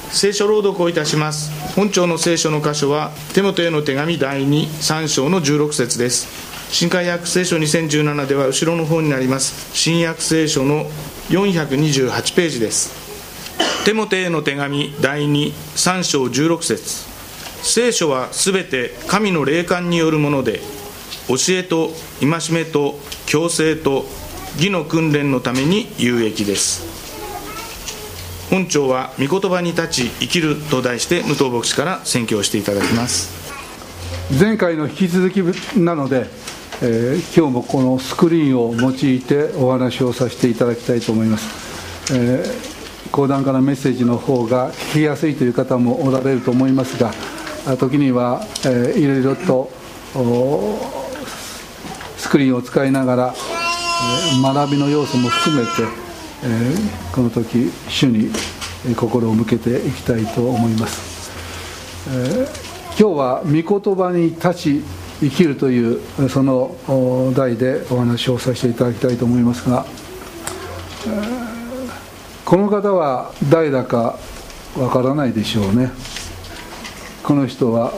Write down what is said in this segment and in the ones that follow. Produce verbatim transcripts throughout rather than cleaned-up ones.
聖書朗読をいたします。本朝の聖書の箇所はテモテへの手紙だいに、さん章のじゅうろく節です。新海約聖書にせんじゅうななでは後ろの方になります。新約聖書のよんひゃくにじゅうはちページです。テモテへの手紙だいに、さん章じゅうろく節。聖書はすべて神の霊感によるもので、教えと戒めと矯正と義の訓練のために有益です。本朝は御言葉に立ち生きると題して武藤牧師から宣教していただきます。 前回の引き続きなので、えー、今日もこのスクリーンを用いてお話をさせていただきたいと思います。えー、講談からメッセージの方が聞きやすいという方もおられると思いますが、時には、えー、いろいろとスクリーンを使いながら、えー、学びの要素も含めて、えー、この時主に心を向けていきたいと思います。えー、今日は御言葉に立ち生きるというその題でお話をさせていただきたいと思いますが、えー、この方は誰だかわからないでしょうね。この人は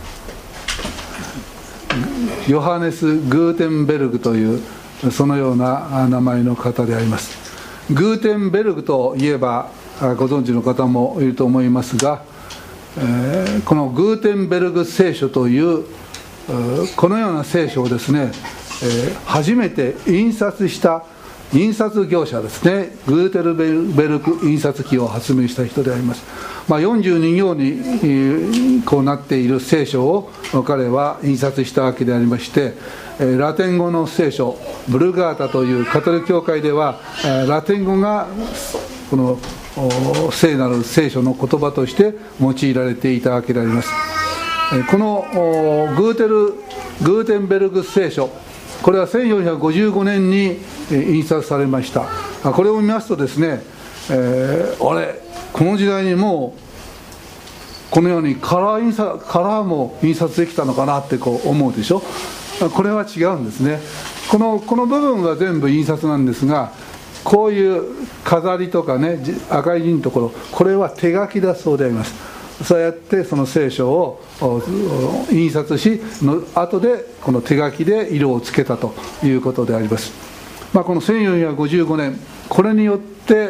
ヨハネス・グーテンベルグというそのような名前の方であります。グーテンベルグといえばご存知の方もいると思いますが、えー、このグーテンベルグ聖書というこのような聖書をですね、えー、初めて印刷した印刷業者ですね、グーテルベルク印刷機を発明した人であります。まあ、よんじゅうに行に、えー、こうなっている聖書を彼は印刷したわけでありまして、ラテン語の聖書ブルガータというカトリック教会ではラテン語がこの聖なる聖書の言葉として用いられていたわけであります。このグーテルグーテンベルグ聖書、これはせんよんひゃくごじゅうごねんに印刷されました。これを見ますとですね、えー、あれこの時代にもうこのようにカラー印刷カラーも印刷できたのかなってこう思うでしょ。これは違うんですね。このこの部分は全部印刷なんですが、こういう飾りとかね、赤い字のところ、これは手書きだそうであります。そうやってその聖書を印刷しの後でこの手書きで色をつけたということであります。まあ、このせんよんひゃくごじゅうごねん、これによって、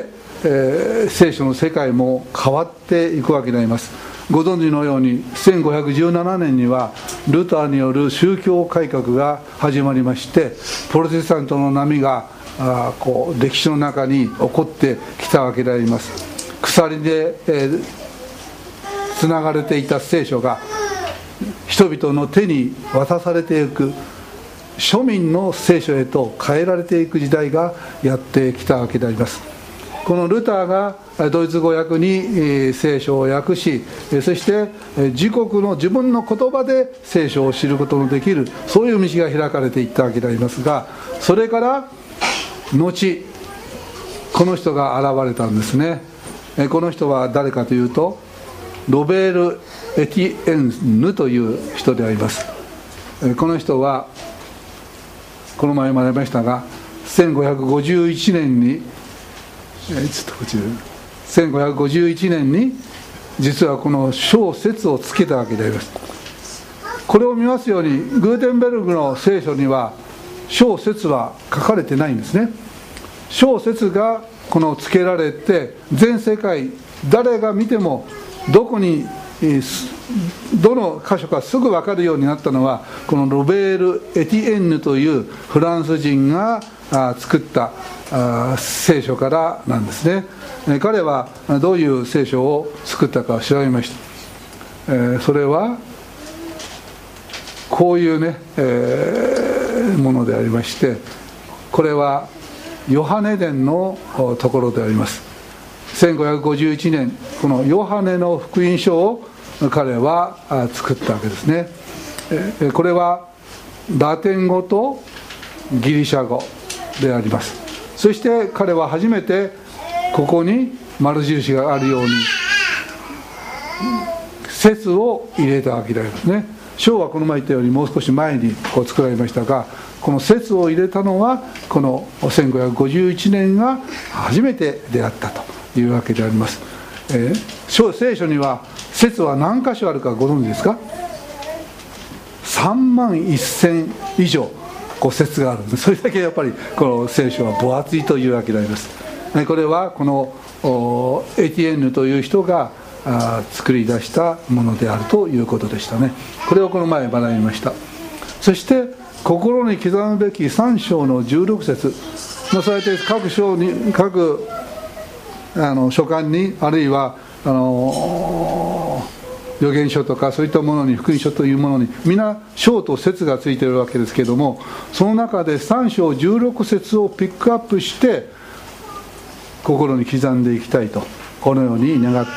えー、聖書の世界も変わっていくわけであります。ご存知のようにせんごひゃくじゅうななねんにはルターによる宗教改革が始まりまして、プロテスタントの波があこう歴史の中に起こってきたわけであります。鎖で、えー、つながれていた聖書が人々の手に渡されていく、庶民の聖書へと変えられていく時代がやってきたわけであります。このルターがドイツ語訳に聖書を訳し、そして自国の自分の言葉で聖書を知ることのできる、そういう道が開かれていったわけでありますが、それから後この人が現れたんですね。この人は誰かというとロベール・エティエンヌという人であります。この人はこの前もありましたが、せんごひゃくごじゅういちねんにちょっとこちらせんごひゃくごじゅういちねんに実はこの小説をつけたわけであります。これを見ますようにグーテンベルグの聖書には小説は書かれてないんですね。小説がこのつけられて全世界誰が見てもどこにどの箇所かすぐ分かるようになったのはこのロベール・エティエンヌというフランス人が作った聖書からなんですね。彼はどういう聖書を作ったか調べました。それはこういうね、えー、ものでありまして、これはヨハネ伝のところであります。せんごひゃくごじゅういちねん、このヨハネの福音書を彼は作ったわけですね。これはラテン語とギリシャ語であります。そして彼は初めてここに丸印があるように説を入れたわけでありますね。章はこの前言ったようにもう少し前にこう作られましたが、この説を入れたのはこのせんごひゃくごじゅういちねんが初めてであったというわけであります。 えー、聖書には説は何箇所あるかご存知ですか？さんまんせん以上こう説があるんです。それだけやっぱりこの聖書は分厚いというわけであります。これはこのエティエンヌという人が作り出したものであるということでしたね。これをこの前学びました。そして心に刻むべきさん章のじゅうろく節、まあ、そうやって各章に各あの書簡に、あるいはあの預言書とかそういったものに、福音書というものに皆章と節がついているわけですけれども、その中でさん章じゅうろく節をピックアップして心に刻んでいきたいと、このように願って、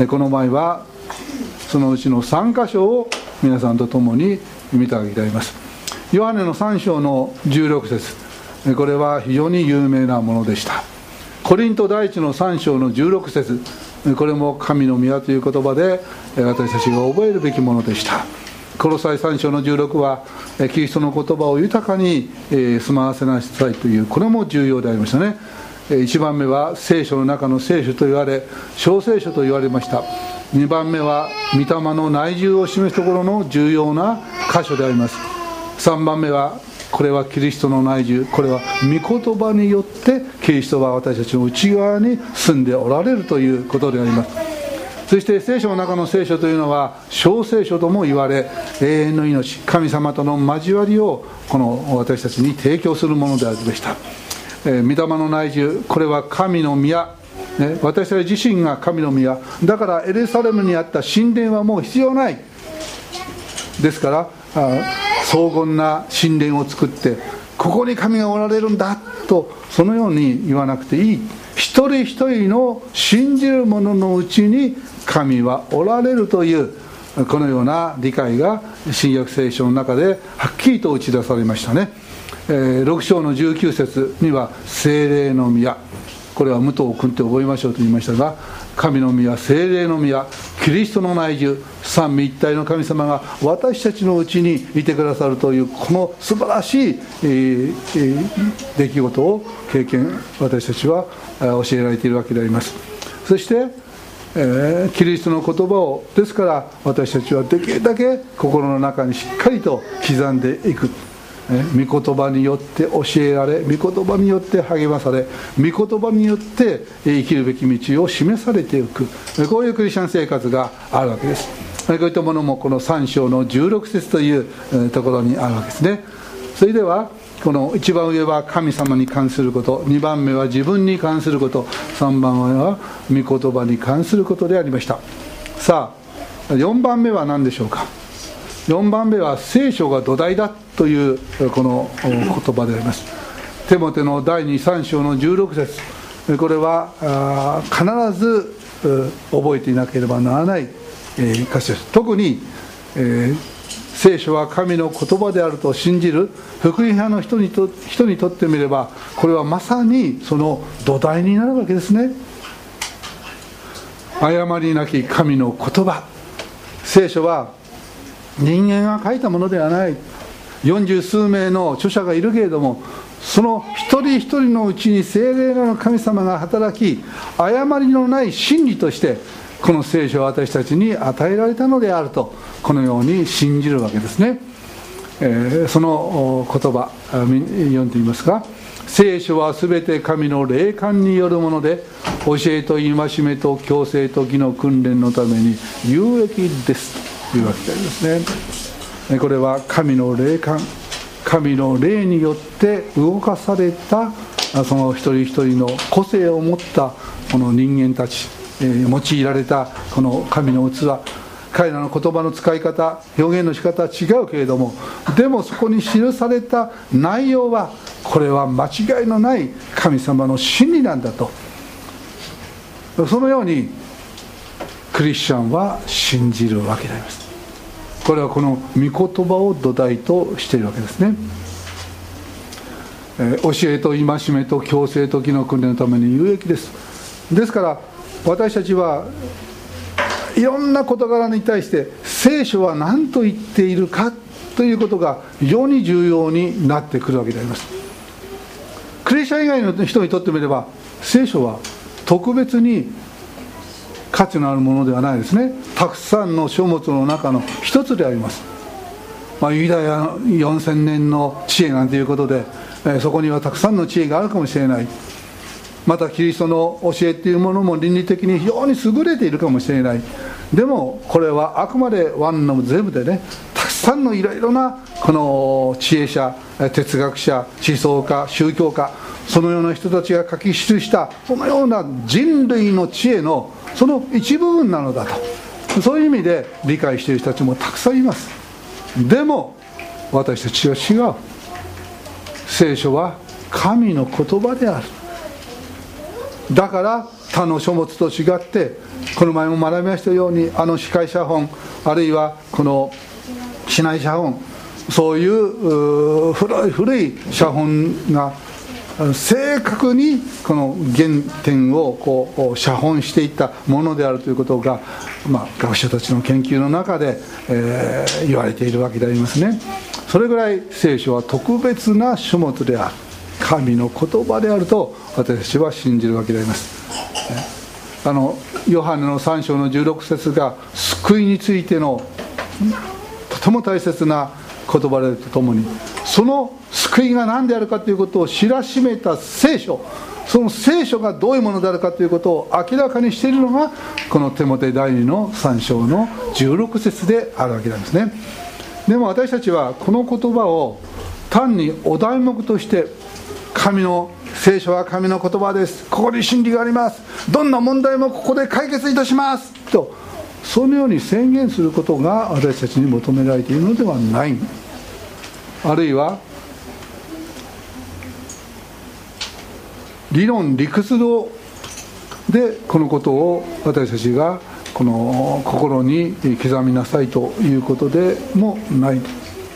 この前はそのうちのさん箇所を皆さんと共に見てあげてあります。ヨハネのさん章のじゅうろく節、これは非常に有名なものでした。コリント第一のさん章のじゅうろく節、これも神の宮という言葉で私たちが覚えるべきものでした。コロサイさん章のじゅうろくはキリストの言葉を豊かに住まわせなさいという、これも重要でありましたね。いちばんめは聖書の中の聖書と言われ、小聖書と言われました。にばんめは御霊の内住を示すところの重要な箇所であります。さんばんめはこれはキリストの内住、これは御言葉によってキリストは私たちの内側に住んでおられるということであります。そして聖書の中の聖書というのは小聖書とも言われ、永遠の命、神様との交わりをこの私たちに提供するものであるでした。えー、御霊の内住、これは神の宮、ね、私たち自身が神の宮だから、エルサレムにあった神殿はもう必要ないですから、あ荘厳な神殿を作ってここに神がおられるんだと、そのように言わなくていい。一人一人の信じる者のうちに神はおられるという、このような理解が新約聖書の中ではっきりと打ち出されましたね。えー、ろく章のじゅうきゅう節には聖霊の宮、これは武藤君って覚えましょうと言いましたが、神の宮、聖霊の宮、キリストの内住、三位一体の神様が私たちのうちにいてくださるという、この素晴らしい、えーえー、出来事を経験、私たちは教えられているわけであります。そして、えー、キリストの言葉を、ですから私たちはできるだけ心の中にしっかりと刻んでいく。御言葉によって教えられ、御言葉によって励まされ、御言葉によって生きるべき道を示されていく、こういうクリスチャン生活があるわけです。こういったものもこのさん章のじゅうろく節というところにあるわけですね。それではこの一番上は神様に関すること、にばんめは自分に関すること、さんばんめは御言葉に関することでありました。さあよんばんめは何でしょうか。よんばんめは聖書が土台だというこの言葉であります。テモテのだいに、さん章のじゅうろく節、これは必ず覚えていなければならない箇所です。特に、えー、聖書は神の言葉であると信じる福音派の人にと、人にとってみれば、これはまさにその土台になるわけですね。誤りなき神の言葉、聖書は人間が書いたものではない。四十数名の著者がいるけれども、その一人一人のうちに聖霊の神様が働き、誤りのない真理としてこの聖書は私たちに与えられたのであると、このように信じるわけですね。えー、その言葉読んでみますが、聖書はすべて神の霊感によるもので、教えと戒めと矯正と義の訓練のために有益ですというわけでありますね。これは神の霊感、神の霊によって動かされた、その一人一人の個性を持ったこの人間たち、えー、用いられたこの神の器、彼らの言葉の使い方、表現の仕方は違うけれども、でもそこに記された内容は、これは間違いのない神様の真理なんだと、そのようにクリスチャンは信じるわけであります。これはこの御言葉を土台としているわけですね。えー、教えと戒めと矯正と義の訓練のために有益です。ですから私たちはいろんな事柄に対して聖書は何と言っているかということが非常に重要になってくるわけであります。クリスチャン以外の人にとってみれば、聖書は特別に価値のあるものではないですね。たくさんの書物の中の一つであります。まあ、ユダヤよんせんねんの知恵なんていうことで、えー、そこにはたくさんの知恵があるかもしれない。またキリストの教えっていうものも倫理的に非常に優れているかもしれない。でもこれはあくまでワンの全部でね、たくさんのいろいろなこの知恵者、哲学者、思想家、宗教家、そのような人たちが書き記したこのような人類の知恵のその一部分なのだと、そういう意味で理解している人たちもたくさんいます。でも私たちは違う。聖書は神の言葉である。だから他の書物と違って、この前も学びましたように、あの司会写本、あるいはこの市内写本、そういう古い古い写本が正確にこの原点をこう写本していったものであるということが、まあ、学者たちの研究の中で、えー、言われているわけでありますね。それぐらい聖書は特別な書物である、神の言葉であると私たちは信じるわけであります。あのヨハネのさん章のじゅうろく節が救いについてのとても大切な言葉であるとともに、その救いが何であるかということを知らしめた聖書、その聖書がどういうものであるかということを明らかにしているのがこのテモテ第二のさん章のじゅうろく節であるわけなんですね。でも私たちはこの言葉を単にお題目として、神の聖書は神の言葉です、ここに真理があります、どんな問題もここで解決いたしますと、そのように宣言することが私たちに求められているのではない。あるいは理論理屈でこのことを私たちがこの心に刻みなさいということでもない。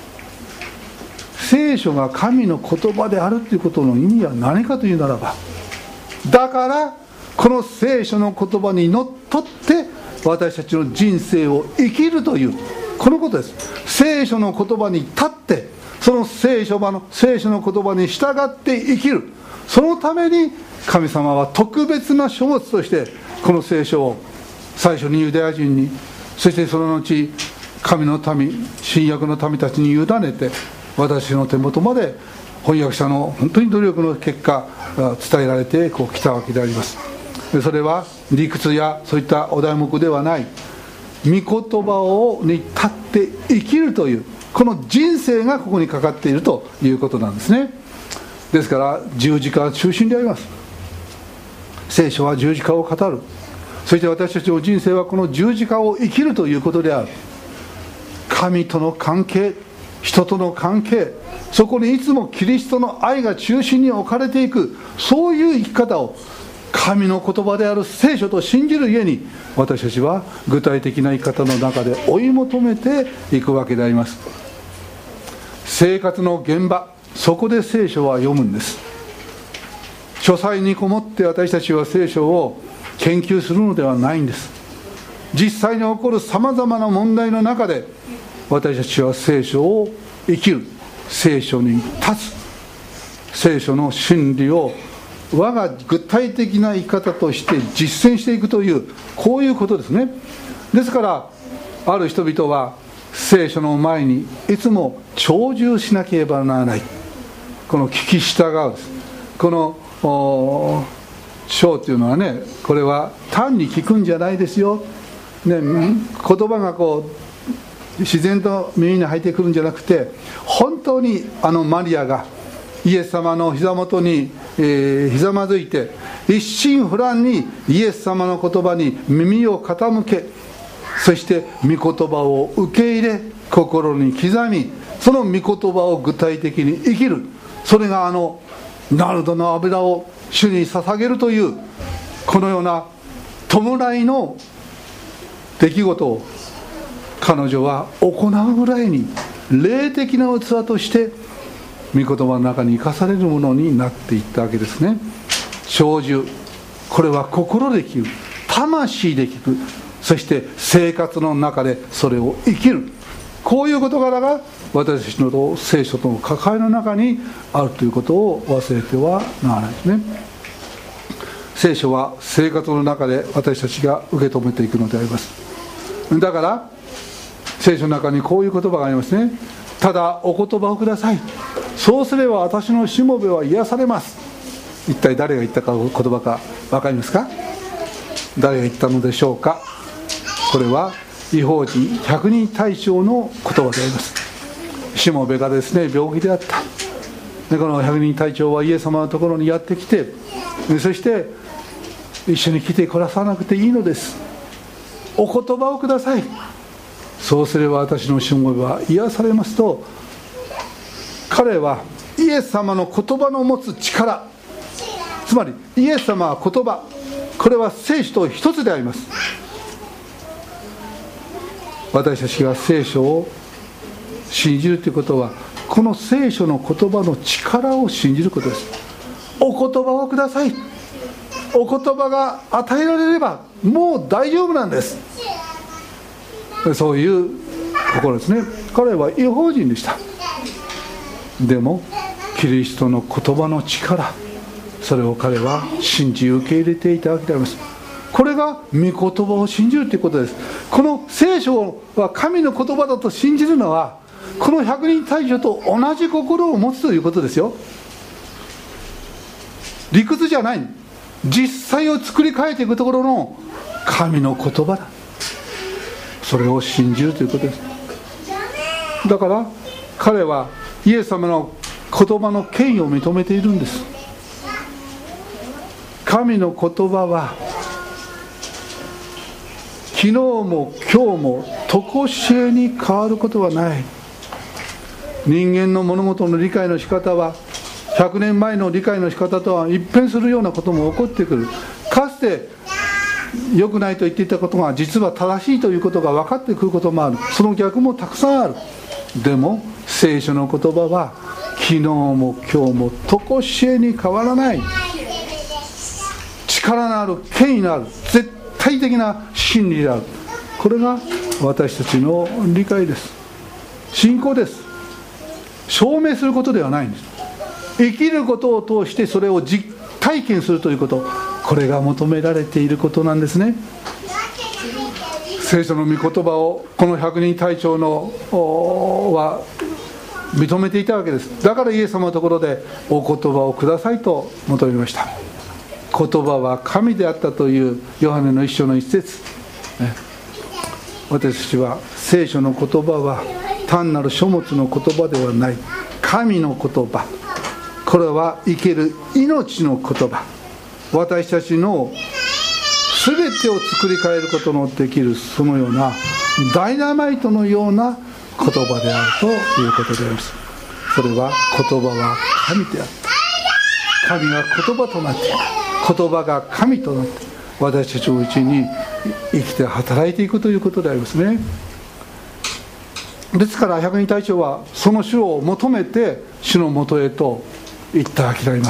聖書が神の言葉であるということの意味は何かというならば、だからこの聖書の言葉にのっとって私たちの人生を生きるというこのことです。聖書の言葉に立って、その聖書の聖書の言葉に従って生きる、そのために神様は特別な書物としてこの聖書を最初にユダヤ人に、そしてその後神の民、新約の民たちに委ねて、私の手元まで翻訳者の本当に努力の結果伝えられてこう来たわけであります。それは理屈やそういったお題目ではない、御言葉をに立って生きるというこの人生がここにかかっているということなんですね。ですから十字架は中心であります。聖書は十字架を語る。そして私たちの人生はこの十字架を生きるということである。神との関係、人との関係、そこにいつもキリストの愛が中心に置かれていく、そういう生き方を神の言葉である聖書と信じるゆえに、私たちは具体的な生き方の中で追い求めていくわけであります。生活の現場、そこで聖書は読むんです。書斎にこもって私たちは聖書を研究するのではないんです。実際に起こるさまざまな問題の中で私たちは聖書を生きる、聖書に立つ、聖書の真理を我が具体的な生き方として実践していくという、こういうことですね。ですからある人々は聖書の前にいつも長寿しなければならない、この聞き従うです。この章というのはね、これは単に聞くんじゃないですよ、ね、言葉がこう自然と耳に入ってくるんじゃなくて、本当にあのマリアがイエス様の膝元に、えー、ひざまずいて一心不乱にイエス様の言葉に耳を傾け、そして御言葉を受け入れ心に刻み、その御言葉を具体的に生きる、それがあのナルドの油を主に捧げるというこのような弔いの出来事を彼女は行うぐらいに霊的な器として御言葉の中に生かされるものになっていったわけですね。長寿、これは心で聞く、魂で聞く、そして生活の中でそれを生きる、こういう事柄が私たちの聖書との関わりの中にあるということを忘れてはならないですね。 聖書は生活の中で私たちが受け止めていくのであります。だから聖書の中にこういう言葉がありますね。ただお言葉をください、そうすれば私のしもべは癒されます。一体誰が言ったか言葉か分かりますか？誰が言ったのでしょうか？これは異邦人百人隊長の言葉であります。しもべがですね、病気であった。でこの百人隊長はイエス様のところにやってきて、そして一緒に来てこらさなくていいのです、お言葉をください、そうすれば私のしもべは癒されますと、彼はイエス様の言葉の持つ力、つまりイエス様は言葉、これは聖書と一つであります。私たちが聖書を信じるということは、この聖書の言葉の力を信じることです。お言葉をください、お言葉が与えられればもう大丈夫なんです。そういう心ですね。彼は異邦人でした。でもキリストの言葉の力、それを彼は信じ受け入れていたわけであります。これが御言葉を信じるということです。この聖書は神の言葉だと信じるのは、この百人隊長と同じ心を持つということですよ。理屈じゃない、実際を作り変えていくところの神の言葉だ、それを信じるということです。だから彼はイエス様の言葉の権威を認めているんです。神の言葉は昨日も今日も常しえに変わることはない。人間の物事の理解の仕方はひゃくねんまえの理解の仕方とは一変するようなことも起こってくる。かつて良くないと言っていたことが実は正しいということが分かってくることもある。その逆もたくさんある。でも聖書の言葉は昨日も今日も常しえに変わらない、力のある権威のある絶対的な真理である。これが私たちの理解です。信仰です。証明することではないんです。生きることを通してそれを実体験するということ、これが求められていることなんですね。聖書の御言葉をこの百人隊長のは認めていたわけです。だからイエス様のところでお言葉をくださいと求めました。言葉は神であったというヨハネの一章の一節、私たちは聖書の言葉は単なる書物の言葉ではない、神の言葉、これは生ける命の言葉、私たちの全てを作り変えることのできる、そのようなダイナマイトのような言葉であるということであります。それは言葉は神であった。神が言葉となって、言葉が神となって私たちのうちに生きて働いていくということでありますね。ですから百人隊長はその主を求めて主のもとへと行ったわけであります。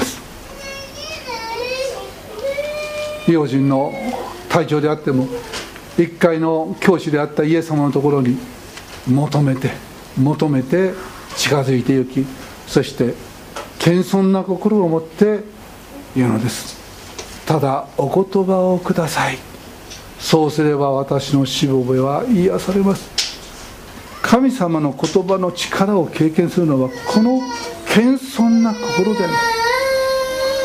異邦人の隊長であっても一階の教師であったイエス様のところに求めて求めて近づいて行き、そして謙遜な心を持って言うのです。ただお言葉をください、そうすれば私のしもべは癒されます。神様の言葉の力を経験するのはこの謙遜な心であります。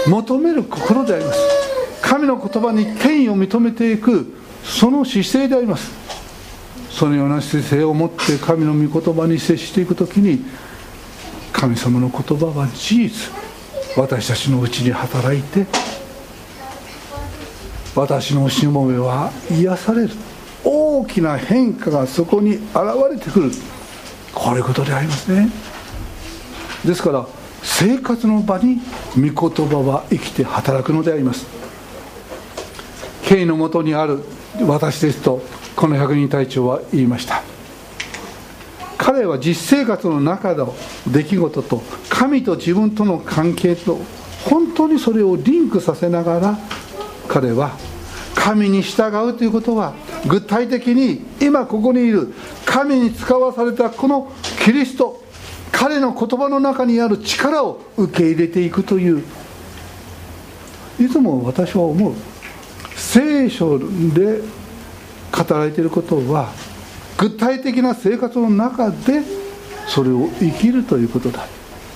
求める心であります。神の言葉に権威を認めていくその姿勢であります。そのような姿勢を持って神の御言葉に接していくときに、神様の言葉は事実私たちのうちに働いて、私のしもべは癒される、大きな変化がそこに現れてくる、こういうことでありますね。ですから生活の場に御言葉は生きて働くのであります。権威のもとにある私ですとこの百人隊長は言いました。彼は実生活の中の出来事と神と自分との関係と本当にそれをリンクさせながら、彼は神に従うということは具体的に今ここにいる神に使わされたこのキリスト、彼の言葉の中にある力を受け入れていくという、 いつも私は思う、聖書で語られていることは具体的な生活の中でそれを生きるということだ。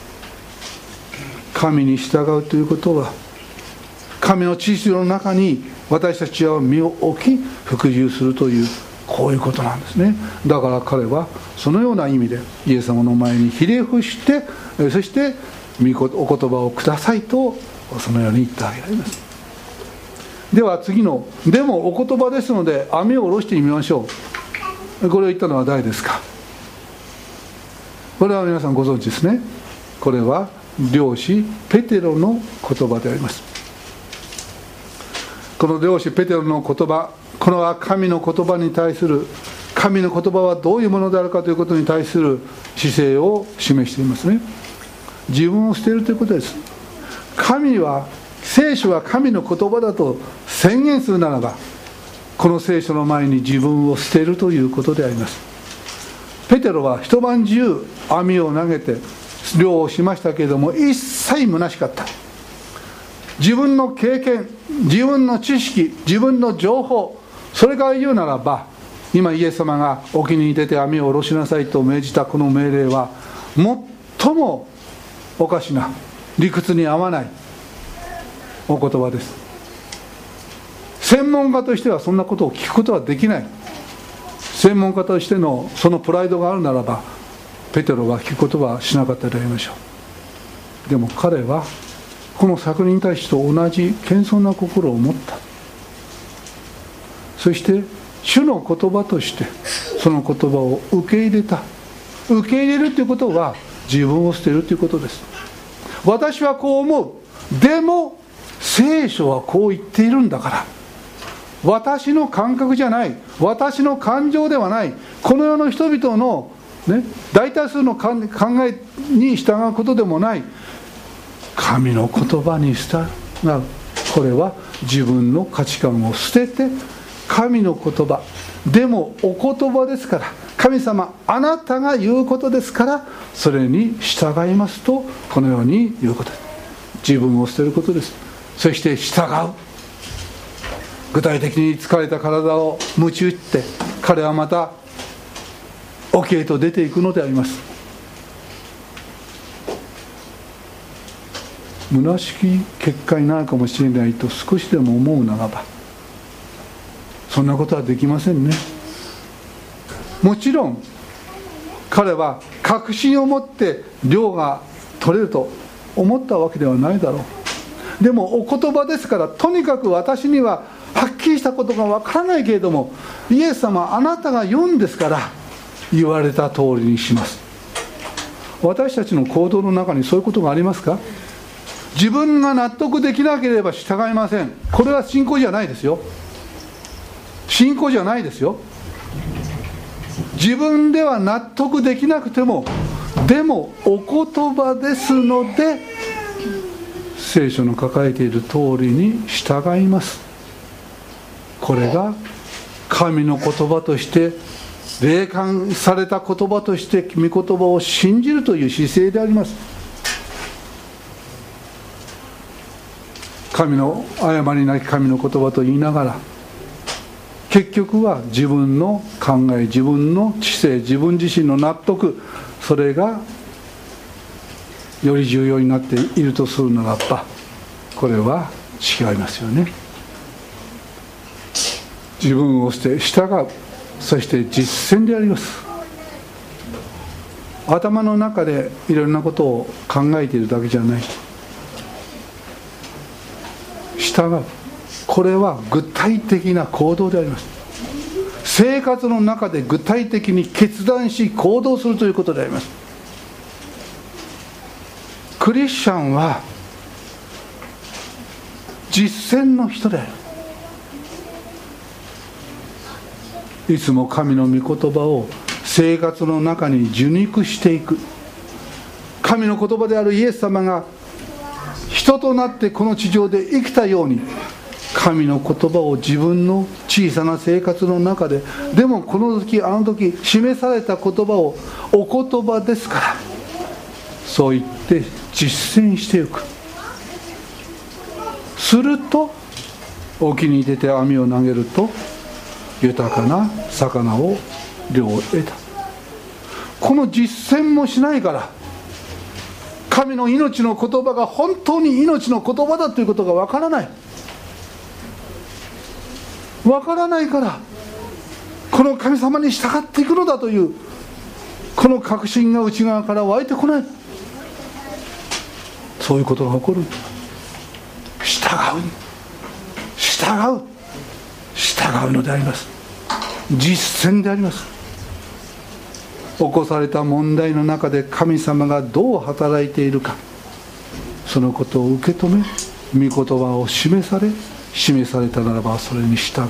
神に従うということは、神の知識の中に私たちは身を置き服従するという、こういうことなんですね。だから彼はそのような意味でイエス様の前にひれ伏して、そしてお言葉をくださいとそのように言ってあげられます。では次の、でもお言葉ですので網を下ろしてみましょう。これを言ったのは誰ですか。これは皆さんご存知ですね。これは漁師ペテロの言葉であります。この漁師ペテロの言葉、これは神の言葉に対する、神の言葉はどういうものであるかということに対する姿勢を示していますね。自分を捨てるということです。神は、聖書は神の言葉だと宣言するならば、この聖書の前に自分を捨てるということであります。ペテロは一晩中網を投げて漁をしましたけれども、一切虚しかった。自分の経験、自分の知識、自分の情報、それから言うならば、今イエス様が沖に出て網を下ろしなさいと命じたこの命令は最もおかしな、理屈に合わないお言葉です。専門家としてはそんなことを聞くことはできない。専門家としてのそのプライドがあるならば、ペテロは聞くことはしなかったでありましょう。でも彼はこの作人に対してと同じ謙遜な心を持った。そして主の言葉としてその言葉を受け入れた。受け入れるということは自分を捨てるということです。私はこう思う。でも聖書はこう言っているんだから、私の感覚じゃない、私の感情ではない、この世の人々の、ね、大多数の考えに従うことでもない、神の言葉に従う。これは自分の価値観を捨てて、神の言葉、でもお言葉ですから、神様あなたが言うことですから、それに従いますと、このように言うことです。自分を捨てることです。そして従う。具体的に疲れた体を鞭打って、彼はまた沖へと出ていくのであります。虚しき結果になるかもしれないと少しでも思うならば、そんなことはできませんね。もちろん彼は確信を持って漁が取れると思ったわけではないだろう。でもお言葉ですから、とにかく私にははっきりしたことがわからないけれども、イエス様あなたが言うんですから言われた通りにします。私たちの行動の中にそういうことがありますか。自分が納得できなければ従いません。これは信仰じゃないですよ。信仰じゃないですよ。自分では納得できなくても、でもお言葉ですので聖書の書かれている通りに従います。これが神の言葉として、霊感された言葉として御言葉を信じるという姿勢であります。神の誤りなき神の言葉と言いながら、結局は自分の考え、自分の知性、自分自身の納得、それがより重要になっているとするならば、これは違いますよね。自分を捨て従う、そして実践であります。頭の中でいろんなことを考えているだけじゃない。従う、これは具体的な行動であります。生活の中で具体的に決断し行動するということであります。クリスチャンは実践の人である。いつも神の御言葉を生活の中に受肉していく。神の言葉であるイエス様が人となってこの地上で生きたように、神の言葉を自分の小さな生活の中で、でもこの時あの時示された言葉をお言葉ですから、そう言って実践していく。 すると沖に出て網を投げると豊かな魚を漁を得た。この実践もしないから神の命の言葉が本当に命の言葉だということがわからない。わからないからこの神様に従っていくのだというこの確信が内側から湧いてこない。そういうことが起こる。従う従う従うのであります。実践であります。起こされた問題の中で神様がどう働いているか、そのことを受け止め、御言葉を示され示されたならばそれに従う。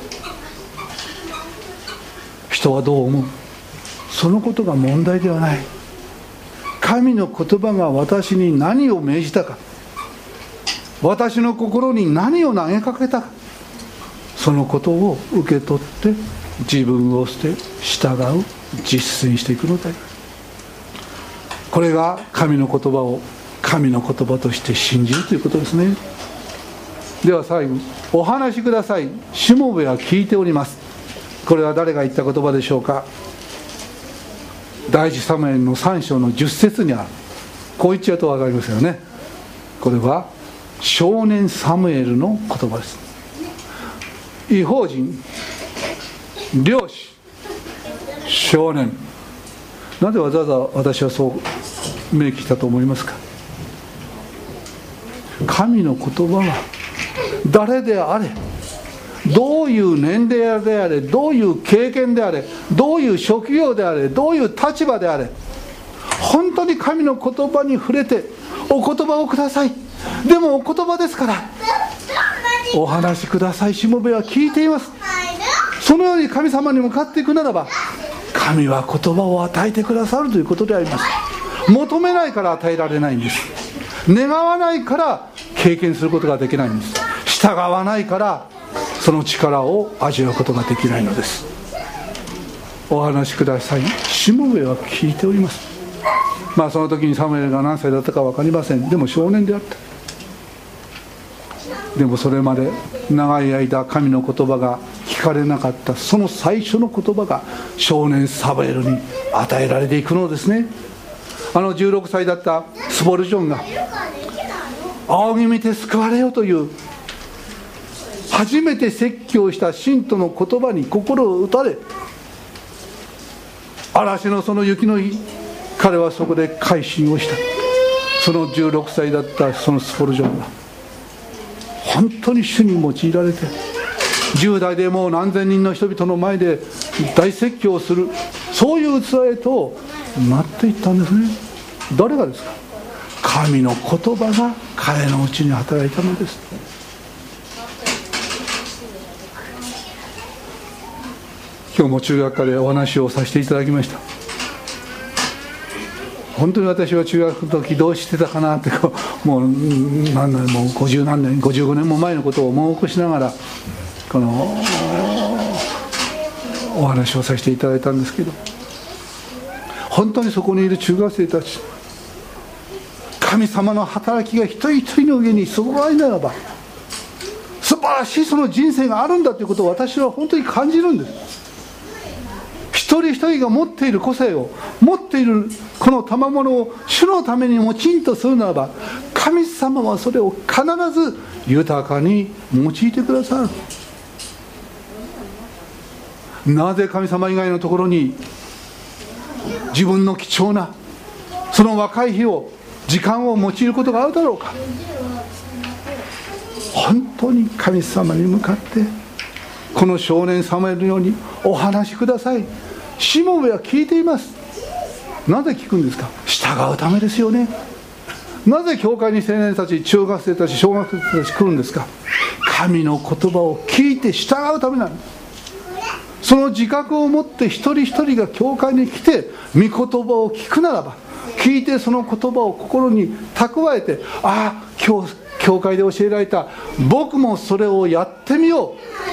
人はどう思う？そのことが問題ではない。神の言葉が私に何を命じたか、私の心に何を投げかけたか、そのことを受け取って自分を捨て従う、実践していくのであります。これが神の言葉を神の言葉として信じるということですね。では最後、お話しください、しもべは聞いております。これは誰が言った言葉でしょうか。第一サムエルのさん章のじゅっ節にある。こう言っちゃうと分かりますよね。これは少年サムエルの言葉です。異邦人、漁師、少年。なぜわざわざ私はそう明記したと思いますか。神の言葉は誰であれ、どういう年齢であれ、どういう経験であれ、どういう職業であれ、どういう立場であれ、本当に神の言葉に触れてお言葉をください。でもお言葉ですからお話しください。しもべは聞いています。そのように神様に向かっていくならば、神は言葉を与えてくださるということであります。求めないから与えられないんです。願わないから経験することができないんです。従わないからその力を味わうことができないのです。お話しください。しもべは聞いております。まあその時にサムエルが何歳だったか分かりません。でも少年であった。でもそれまで長い間神の言葉が聞かれなかったその最初の言葉が少年サムエルに与えられていくのですね。あのじゅうろくさいだったスポルジョンが仰ぎ見て救われよという初めて説教した信徒の言葉に心を打たれ、嵐のその雪の日、彼はそこで改心をした。そのじゅうろくさいだったそのスポルジョンが本当に主に用いられて、じゅう代でもう何千人の人々の前で大説教をする、そういう器へとなっていったんですね。誰がですか。神の言葉が彼のうちに働いたのです。今日も中学科でお話をさせていただきました。本当に私は中学の時どうしてたかなってこうもう何年もごじゅう何年ごじゅうごねんも前のことを思い起こしながらこのお話をさせていただいたんですけど、本当にそこにいる中学生たち、神様の働きが一人一人の上にすごいならば素晴らしいその人生があるんだということを私は本当に感じるんです。一人一人が持っている個性を持っているこの賜物を主のために用いんとするならば、神様はそれを必ず豊かに用いてくださる。なぜ神様以外のところに自分の貴重なその若い日を時間を用いることがあるだろうか。本当に神様に向かってこの少年サムエルのようにお話しください。しもべは聞いています。なぜ聞くんですか。従うためですよね。なぜ教会に青年たち、中学生たち、小学生たち来るんですか。神の言葉を聞いて従うためなんです。その自覚を持って一人一人が教会に来て御言葉を聞くならば、聞いてその言葉を心に蓄えて、ああ今日教会で教えられた、僕もそれをやってみよう。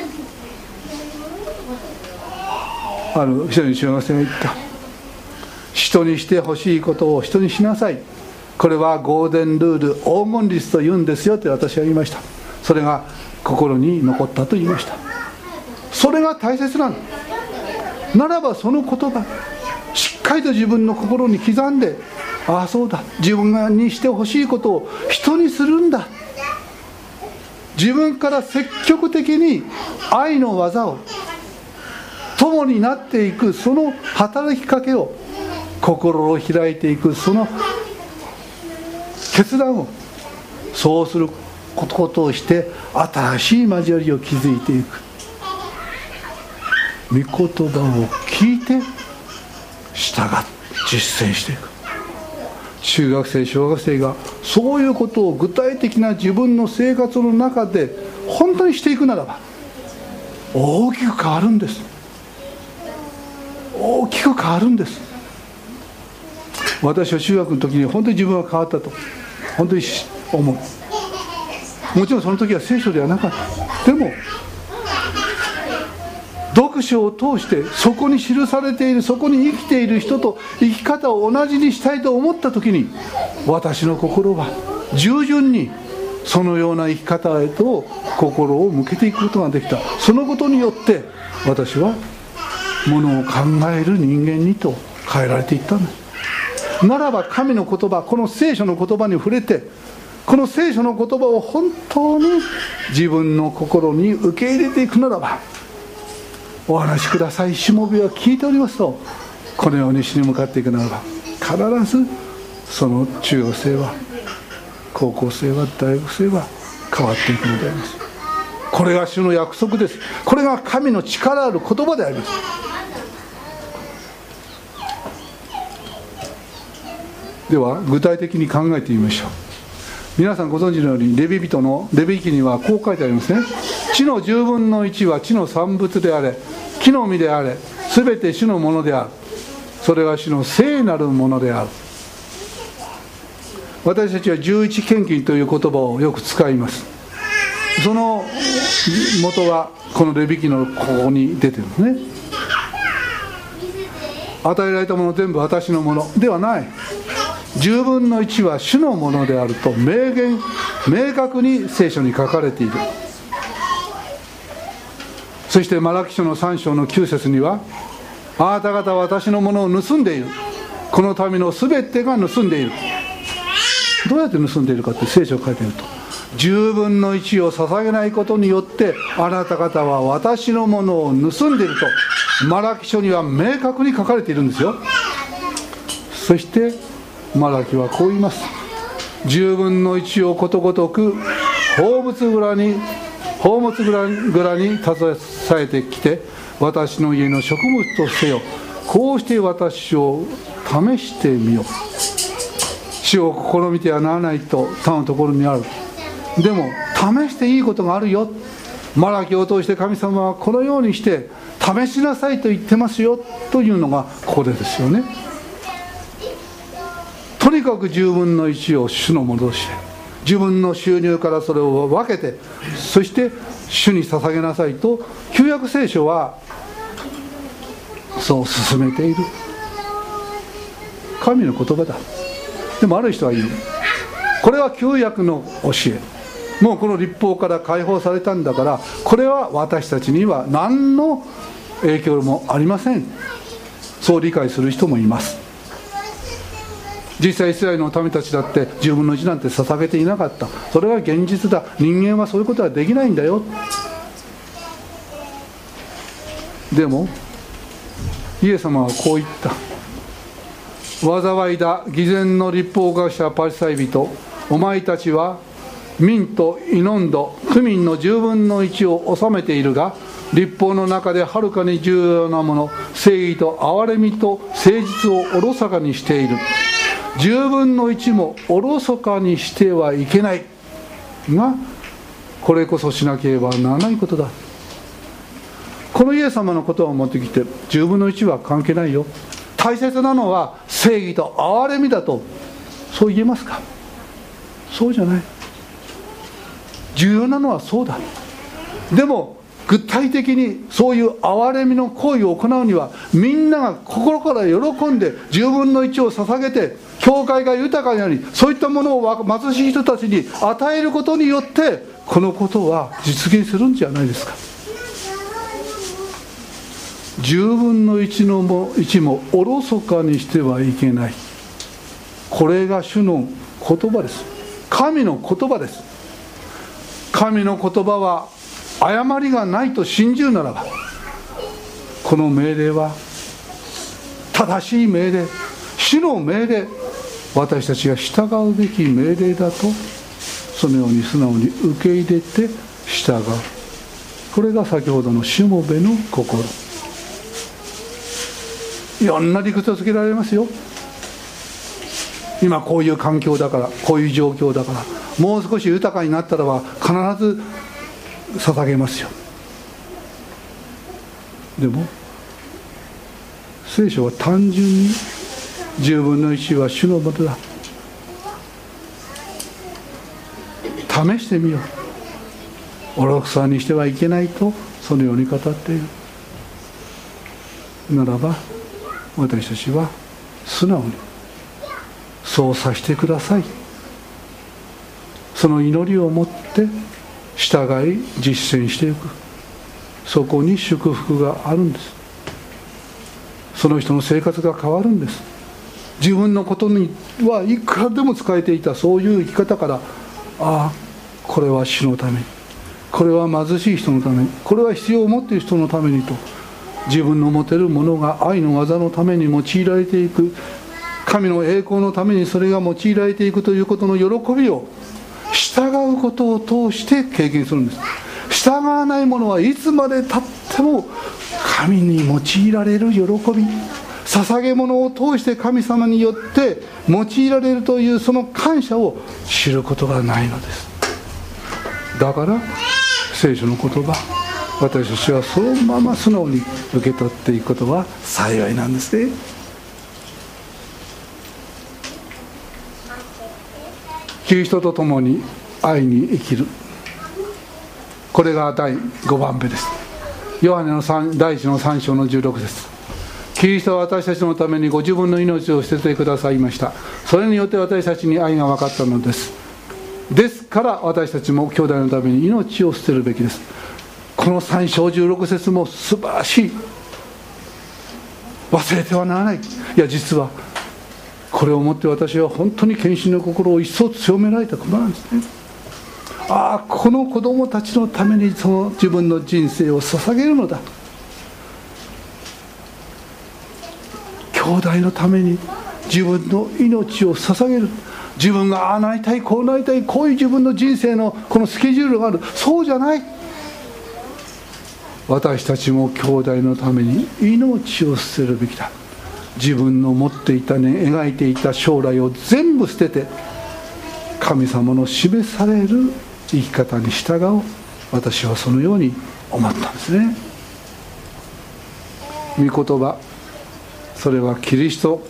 ある人に中学生が言った。人にしてほしいことを人にしなさい。これはゴールデンルール、黄金律と言うんですよって私は言いました。 それが心に残ったと言いました。それが大切なんだ。ならばその言葉しっかりと自分の心に刻んで、ああそうだ、自分がにしてほしいことを人にするんだ。自分から積極的に愛の技を共になっていく、その働きかけを、心を開いていくその決断を、そうすることをして新しい交わりを築いていく。御言葉を聞いて従って実践していく。中学生小学生がそういうことを具体的な自分の生活の中で本当にしていくならば、大きく変わるんです。大きく変わるんです。私は中学の時に本当に自分は変わったと本当に思う。もちろんその時は聖書ではなかった。でも読書を通してそこに記されている、そこに生きている人と生き方を同じにしたいと思った時に、私の心は従順にそのような生き方へと心を向けていくことができた。そのことによって私はものを考える人間にと変えられていったんです。ならば神の言葉、この聖書の言葉に触れて、この聖書の言葉を本当に自分の心に受け入れていくならば、お話しください、しもべは聞いておりますと、このように主に向かっていくならば、必ずその中学生は高校生は大学生は変わっていくのであります。これが主の約束です。これが神の力ある言葉であります。では具体的に考えてみましょう。皆さんご存知のようにレビ人のレビ記にはこう書いてありますね。地のじゅうぶんのいちは地の産物であれ、木の実であれ、すべて主のものである。それは主の聖なるものである。私たちは十一献金という言葉をよく使います。その元はこのレビ記のここに出てるんですね。与えられたもの全部私のものではない。じゅうぶんのいちは主のものであると明言明確に聖書に書かれている。そしてマラキ書のさん章のきゅう節には、あなた方は私のものを盗んでいる、この民のすべてが盗んでいる。どうやって盗んでいるかって聖書を書いていると、じゅうぶんのいちを捧げないことによってあなた方は私のものを盗んでいるとマラキ書には明確に書かれているんですよ。そしてマラキはこう言います。じゅうぶんのいちをことごとく宝物蔵に宝物蔵に携えてきて、私の家の食物とせよ。こうして私を試してみよう。主を試みてはならないと他のところにある。でも試していいことがあるよ。マラキを通して神様はこのようにして試しなさいと言ってますよというのがここでですよね。とにかくじゅうぶんのいちを主のものとして、自分の収入からそれを分けて、そして主に捧げなさいと旧約聖書はそう進めている。神の言葉だ。でもある人は言う、これは旧約の教え、もうこの律法から解放されたんだから、これは私たちには何の影響もありません。そう理解する人もいます。実際イスラエルの民たちだってじゅうぶんのいちなんて捧げていなかった。それは現実だ。人間はそういうことはできないんだよ。でもイエス様はこう言った。災いだ偽善の律法学者パリサイ人、お前たちは民とイノンド区民のじゅうぶんのいちを治めているが、律法の中ではるかに重要なもの、正義と憐れみと誠実をおろそかにしている。じゅうぶんのいちもおろそかにしてはいけないが、これこそしなければならないことだ。このイエス様の言葉を持ってきて、じゅうぶんのいちは関係ないよ、大切なのは正義と憐れみだと、そう言えますか？そうじゃない。重要なのはそうだ。でも具体的にそういう憐れみの行為を行うには、みんなが心から喜んでじゅうぶんのいちを捧げて、教会が豊かになり、そういったものを貧しい人たちに与えることによってこのことは実現するんじゃないですか。じゅうぶんのいちのもいちもおろそかにしてはいけない。これが主の言葉です。神の言葉です。神の言葉は誤りがないと信じるならば、この命令は正しい命令、主の命令、私たちが従うべき命令だと、そのように素直に受け入れて従う。これが先ほどのしもべの心。いろんな理屈をつけられますよ。今こういう環境だから、こういう状況だから、もう少し豊かになったらば必ず捧げますよ。でも聖書は単純にじゅうぶんのいちは主のものだ、試してみよう、おろくさにしてはいけないとそのように語っているならば、私たちは素直にそうさせてください、その祈りを持って従い実践していく。そこに祝福があるんです。その人の生活が変わるんです。自分のことにはいくらでも使えていたそういう生き方から、ああこれは主のために、これは貧しい人のために、これは必要を持っている人のためにと、自分の持てるものが愛の技のために用いられていく、神の栄光のためにそれが用いられていくということの喜びを従うことを通して経験するんです。従わない者はいつまでたっても神に用いられる喜び、捧げ物を通して神様によって用いられるというその感謝を知ることがないのです。だから聖書の言葉、私たちはそのまま素直に受け取っていくことは幸いなんですね。キリストと共に愛に生きる、これがだいごばんめです。ヨハネのだいいちのさん章のじゅうろく節、キリストは私たちのためにご自分の命を捨ててくださいました。それによって私たちに愛が分かったのです。ですから私たちも兄弟のために命を捨てるべきです。このさん章じゅうろく節も素晴らしい、忘れてはならない。いや実はこれをもって私は本当に献身の心を一層強められたことなんですね。ああこの子供たちのためにその自分の人生を捧げるのだ、兄弟のために自分の命を捧げる。自分がああなりたい、こうなりたい、こういう自分の人生のこのスケジュールがある、そうじゃない。私たちも兄弟のために命を捨てるべきだ。自分の持っていたね、描いていた将来を全部捨てて神様の示される生き方に従おう。私はそのように思ったんですね。御言葉、それはキリスト、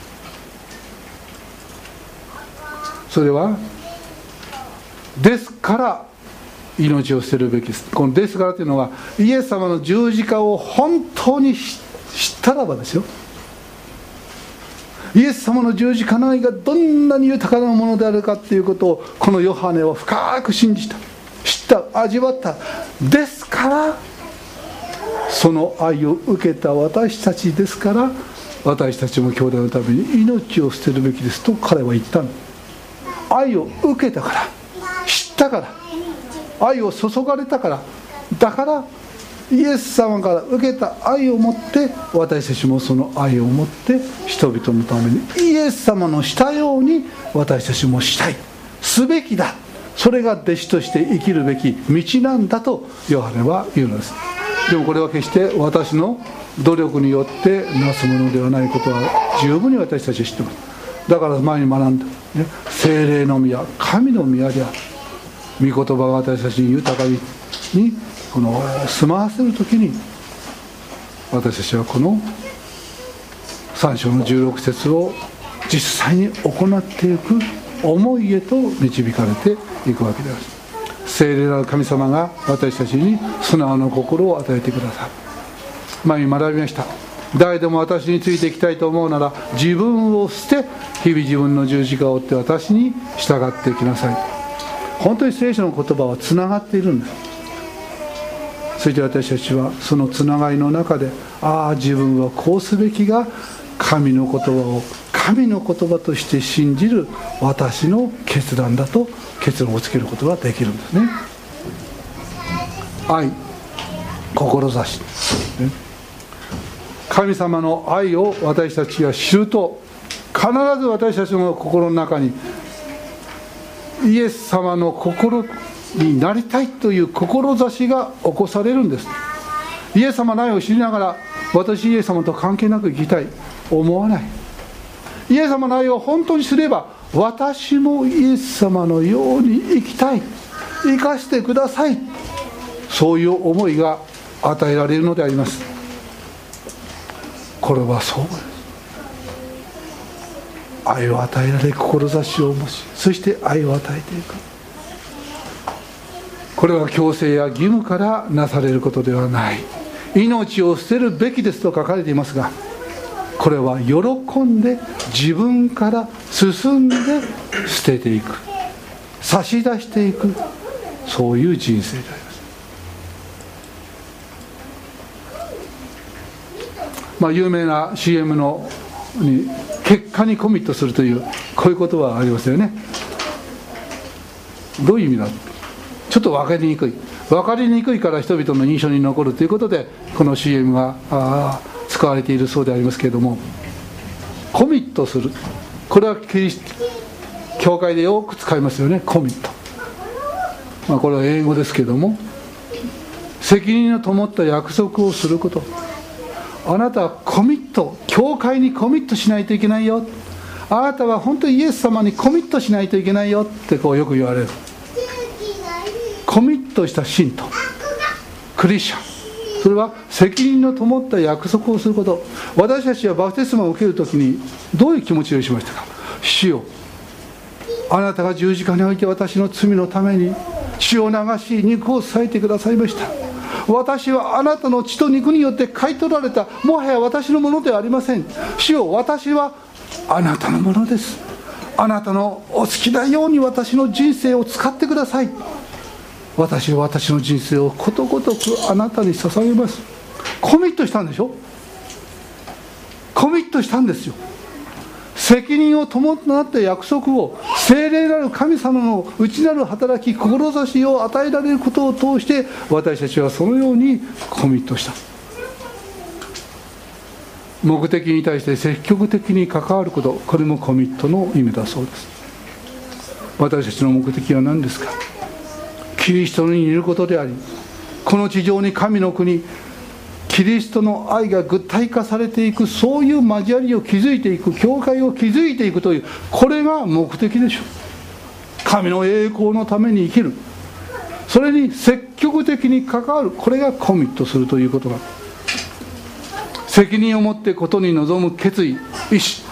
それはですから命を捨てるべきです。このですからというのは、イエス様の十字架を本当に知ったらばですよ。イエス様の十字架の愛がどんなに豊かなものであるかということを、このヨハネは深く信じた、知った、味わった。ですからその愛を受けた私たちですから、私たちも兄弟のために命を捨てるべきですと彼は言ったの。愛を受けたから、知ったから、愛を注がれたから、だからイエス様から受けた愛を持って私たちもその愛を持って人々のためにイエス様のしたように私たちもしたい、すべきだ。それが弟子として生きるべき道なんだとヨハネは言うのです。でもこれは決して私の努力によってなすものではないことは十分に私たちは知っています。だから前に学んだ、ね、聖霊の宮、神の宮である。御言葉が私たちに豊かにこの住まわせるときに、私たちはこのさん章のじゅうろく節を実際に行っていく思いへと導かれていくわけである。聖霊なる神様が私たちに素直な心を与えてくださる。前に学びました。誰でも私についていきたいと思うなら、自分を捨て日々自分の十字架を追って私に従っていきなさい。 本当に聖書の言葉はつながっているんです。そして私たちはそのつながりの中で、ああ自分はこうすべきが神の言葉を神の言葉として信じる私の決断だと結論をつけることができるんですね。愛、志、神様の愛を私たちが知ると、必ず私たちの心の中にイエス様の心になりたいという志が起こされるんです。イエス様の愛を知りながら、私イエス様と関係なく生きたい、思わない。イエス様の愛を本当にすれば、私もイエス様のように生きたい、生かしてください、そういう思いが与えられるのであります。これはそうです。愛を与えられ、志を持ち、そして愛を与えていく。これは強制や義務からなされることではない。命を捨てるべきですと書かれていますが、これは喜んで自分から進んで捨てていく、差し出していく、そういう人生であります。まあ有名な シーエム のに結果にコミットするというこういう言葉がありますよね。どういう意味だ、ちょっと分かりにくい分かりにくいから人々の印象に残るということで、この シーエム があ使われているそうでありますけれども、コミットする、これはキリスト教会でよく使いますよね。コミット、まあ、これは英語ですけれども、責任の伴った約束をすること。あなたはコミット、教会にコミットしないといけないよ、あなたは本当にイエス様にコミットしないといけないよってこうよく言われる。コミットした信徒、クリスチャン、それは責任の伴った約束をすること。私たちはバプテスマを受けるときにどういう気持ちをしましたか。主よ、あなたが十字架において私の罪のために血を流し肉を裂いてくださいました。私はあなたの血と肉によって買い取られた、もはや私のものではありません。主よ、私はあなたのものです。あなたのお好きなように私の人生を使ってください。私は私の人生をことごとくあなたに捧げます。コミットしたんでしょ。コミットしたんですよ。責任を伴った約束を、聖霊なる神様の内なる働き、志を与えられることを通して、私たちはそのようにコミットした。目的に対して積極的に関わること、これもコミットの意味だそうです。私たちの目的は何ですか。キリストに似ることであり、この地上に神の国、キリストの愛が具体化されていく、そういう交わりを築いていく、教会を築いていくという、これが目的でしょう。神の栄光のために生きる、それに積極的に関わる、これがコミットするということが、責任を持ってことに臨む決意、意志、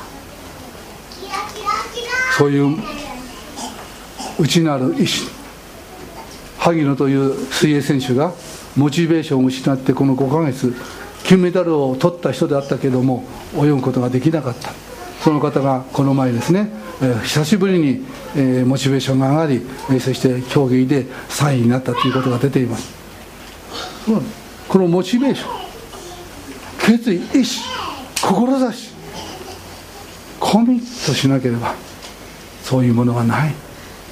そういう内なる意志。萩野という水泳選手がモチベーションを失ってこのごかげつ金メダルを取った人であったけれども、泳ぐことができなかった。その方がこの前ですね、えー、久しぶりに、えー、モチベーションが上がり、えー、そして競技でさんいになったということが出ています。このモチベーション、決意、意志、志、コミットしなければそういうものはない。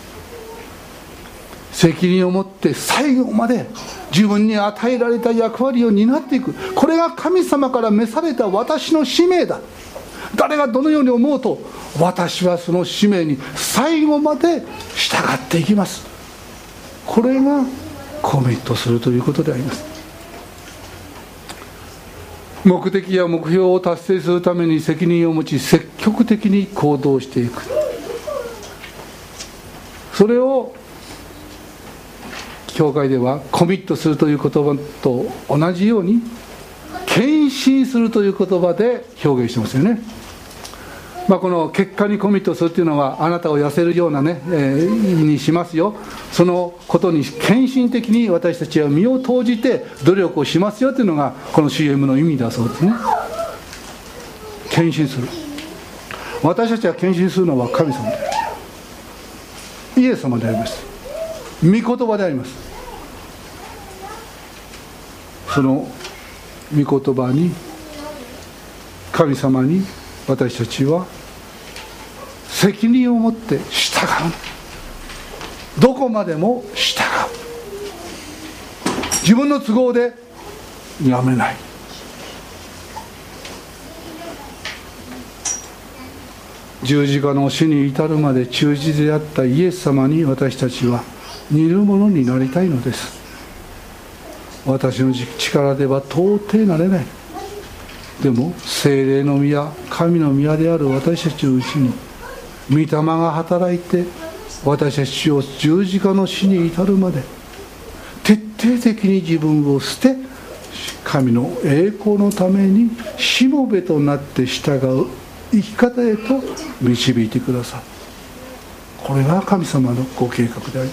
責任を持って最後まで自分に与えられた役割を担っていく、これが神様から召された私の使命だ。誰がどのように思うと、私はその使命に最後まで従っていきます。これがコミットするということであります。目的や目標を達成するために責任を持ち、積極的に行動していく、それを教会ではコミットするという言葉と同じように献身するという言葉で表現してますよね。まあ、この結果にコミットするというのは、あなたを痩せるようなね、えー、意味にしますよ。そのことに献身的に私たちは身を投じて努力をしますよというのがこの シーエム の意味だそうですね。献身する、私たちが献身するのは神様であり、イエス様であります。 御言葉であります。その御言葉に、神様に私たちは責任を持って従う。どこまでも従う。自分の都合でやめない。十字架の死に至るまで忠実であったイエス様に私たちは似るものになりたいのです。私の力では到底なれない。でも聖霊の宮、神の宮である私たちのうちに御霊が働いて、私たちを十字架の死に至るまで徹底的に自分を捨て、神の栄光のためにしもべとなって従う生き方へと導いてくださる。これが神様のご計画であります。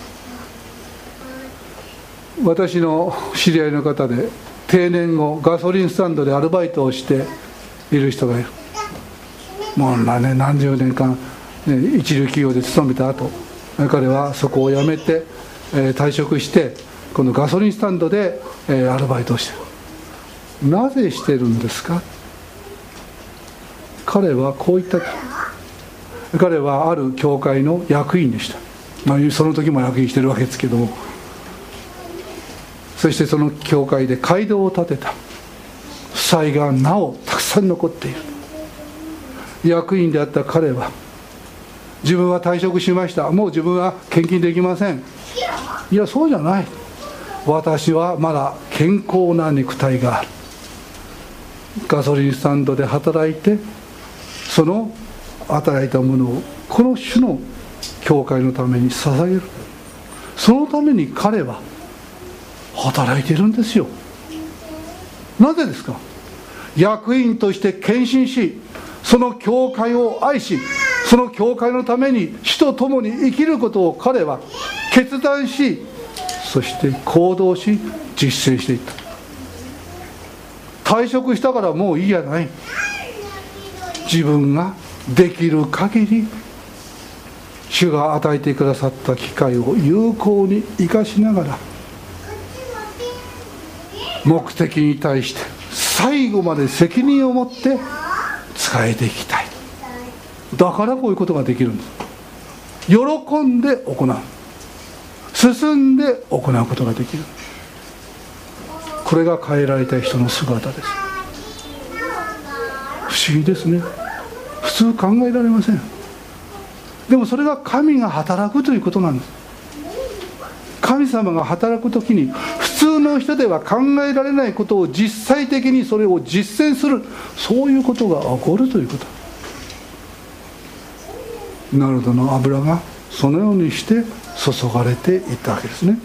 私の知り合いの方で、定年後ガソリンスタンドでアルバイトをしている人がいる。もう何年何十年間、ね、一流企業で勤めた後、彼はそこを辞めて、えー、退職して、このガソリンスタンドで、えー、アルバイトをしている。なぜしてるんですか。彼はこう言った。彼はある教会の役員でした。まあ、その時も役員してるわけですけども、そしてその教会で街道を建てた。負債がなおたくさん残っている。役員であった彼は、自分は退職しました、もう自分は献金できません。いや、そうじゃない。私はまだ健康な肉体がある。ガソリンスタンドで働いて、その働いたものをこの主の教会のために捧げる。そのために彼は働いているんですよ。なぜですか。役員として献身し、その教会を愛し、その教会のために主と共に生きることを彼は決断し、そして行動し実践していった。退職したからもういいやない。自分ができる限り主が与えてくださった機会を有効に生かしながら、目的に対して最後まで責任を持って使えていきたい。だからこういうことができるんです。喜んで行う、進んで行うことができる。これが変えられた人の姿です。不思議ですね。普通考えられません。でもそれが神が働くということなんです。神様が働くときに普通の人では考えられないことを実際的にそれを実践する、そういうことが起こるということ。ナルドの油がそのようにして注がれていったわけですね。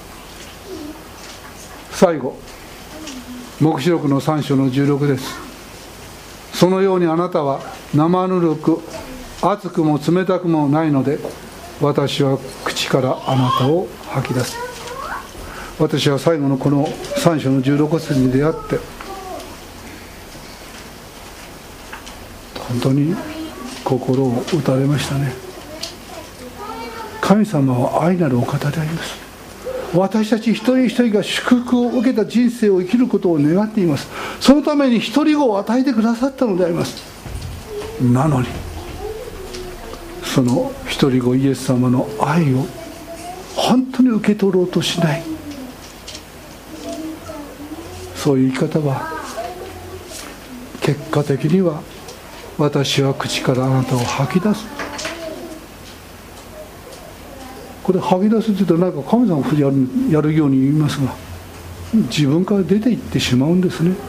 最後、黙示録のさん章のじゅうろくです。そのようにあなたは生ぬるく熱くも冷たくもないので、私は口からあなたを吐き出す。私は最後のこのさん章のじゅうろく節に出会って、本当に心を打たれましたね。神様は愛なるお方であります。私たち一人一人が祝福を受けた人生を生きることを願っています。そのために一人子を与えてくださったのであります。なのにその一人子イエス様の愛を本当に受け取ろうとしない、そういう生き方は結果的には、私は口からあなたを吐き出す。これ吐き出すって言うとなんか神様がやる、やるように言いますが、自分から出ていってしまうんですね。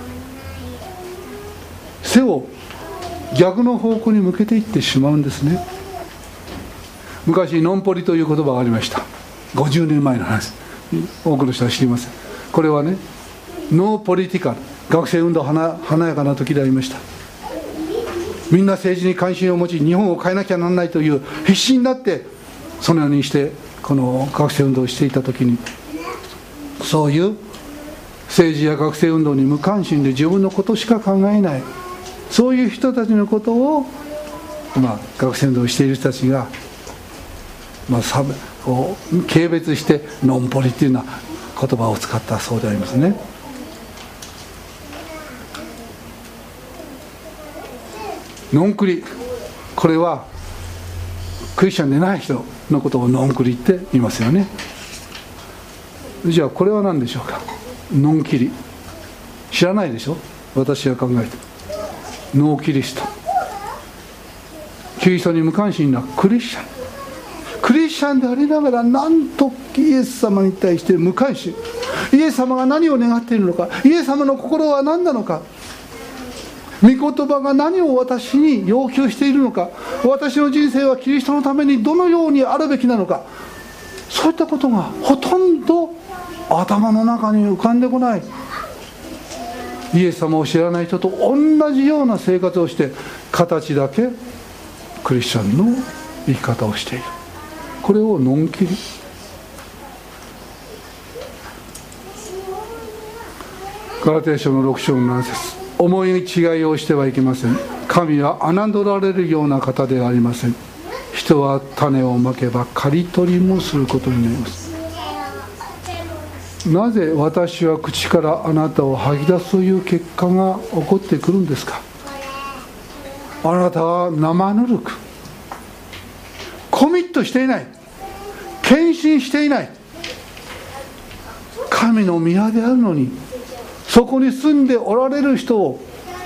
背を逆の方向に向けていってしまうんですね。昔ノンポリという言葉がありました。ごじゅうねんまえの話、多くの人は知りません。これはね、ノーポリティカル、学生運動華やかな時でありました。みんな政治に関心を持ち、日本を変えなきゃならないという必死になってそのようにしてこの学生運動をしていた時に、そういう政治や学生運動に無関心で自分のことしか考えない、そういう人たちのことを、まあ、学生運動をしている人たちが、まあ、差こう軽蔑してノンポリっていうような言葉を使ったそうでありますね。ノンクリ、これはクリスチャンでない人のことをノンクリって言いますよね。じゃあこれは何でしょうか。ノンキリ、知らないでしょ。私が考えてノーキリスト、キリストに無関心なクリスチャン、クリスチャンでありながらなんとイエス様に対して無関心、イエス様が何を願っているのか、イエス様の心は何なのか、御言葉が何を私に要求しているのか、私の人生はキリストのためにどのようにあるべきなのか、そういったことがほとんど頭の中に浮かんでこない。イエス様を知らない人と同じような生活をして、形だけクリスチャンの生き方をしている。これをノンキリ。ガラテヤ書のろく章のなな節、思い違いをしてはいけません。神は侮られるような方ではありません。人は種をまけば刈り取りもすることになります。なぜ私は口からあなたを吐き出すという結果が起こってくるんですか。あなたは生ぬるく、コミットしていない、献身していない、神の宮であるのに、そこに住んでおられる人を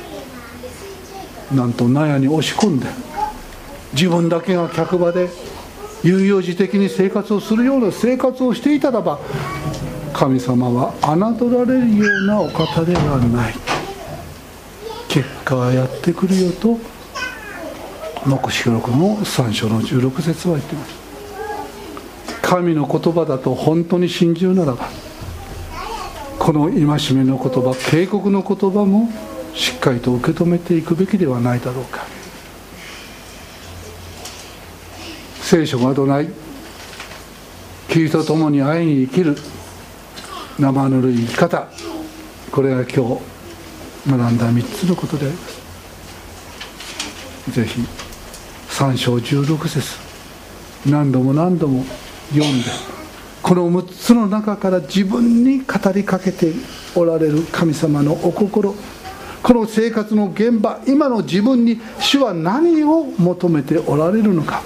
なんと納屋に押し込んで、自分だけが客場で悠々自適に生活をするような生活をしていたらば、神様は侮られるようなお方ではない。結果がやってくるよと黙示録のさん章のじゅうろく節は言っています。神の言葉だと本当に信じるならば、この戒めの言葉、警告の言葉もしっかりと受け止めていくべきではないだろうか。聖書がどない、キリストと共に愛に生きる生ぬるい生き方、これが今日学んだみっつのことであります。ぜひさん章じゅうろく節、何度も何度も読んで、このむっつの中から自分に語りかけておられる神様のお心、この生活の現場、今の自分に主は何を求めておられるのか、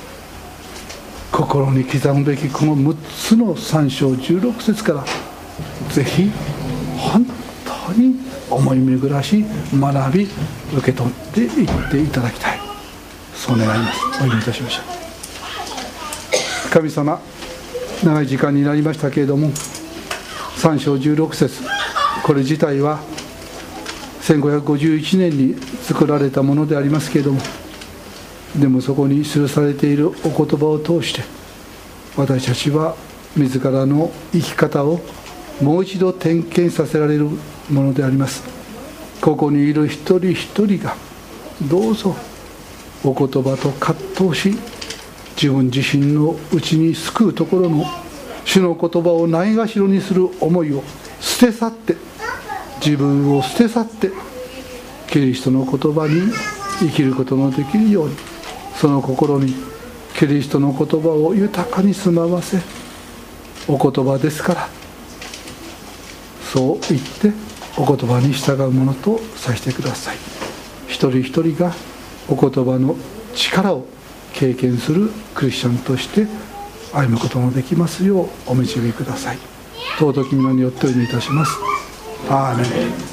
心に刻むべきこのむっつのさん章じゅうろく節からぜひ本当に思い巡らし、学び、受け取っていっていただきたい、そう願います。お祈りいたしましょう。神様、長い時間になりましたけれども、さん章じゅうろく節、これ自体はせんごひゃくごじゅういちねんに作られたものでありますけれども、でもそこに記されているお言葉を通して、私たちは自らの生き方をもう一度点検させられるものであります。ここにいる一人一人がどうぞお言葉と葛藤し、自分自身のうちに救うところの主の言葉をないがしろにする思いを捨て去って、自分を捨て去ってキリストの言葉に生きることのできるように、その心にキリストの言葉を豊かに住まわせ、お言葉ですからそう言ってお言葉に従うものとさせてください。一人一人がお言葉の力を経験するクリスチャンとして歩むことのできますようお導きください。尊き皆によってお祈りいたします。アーメン。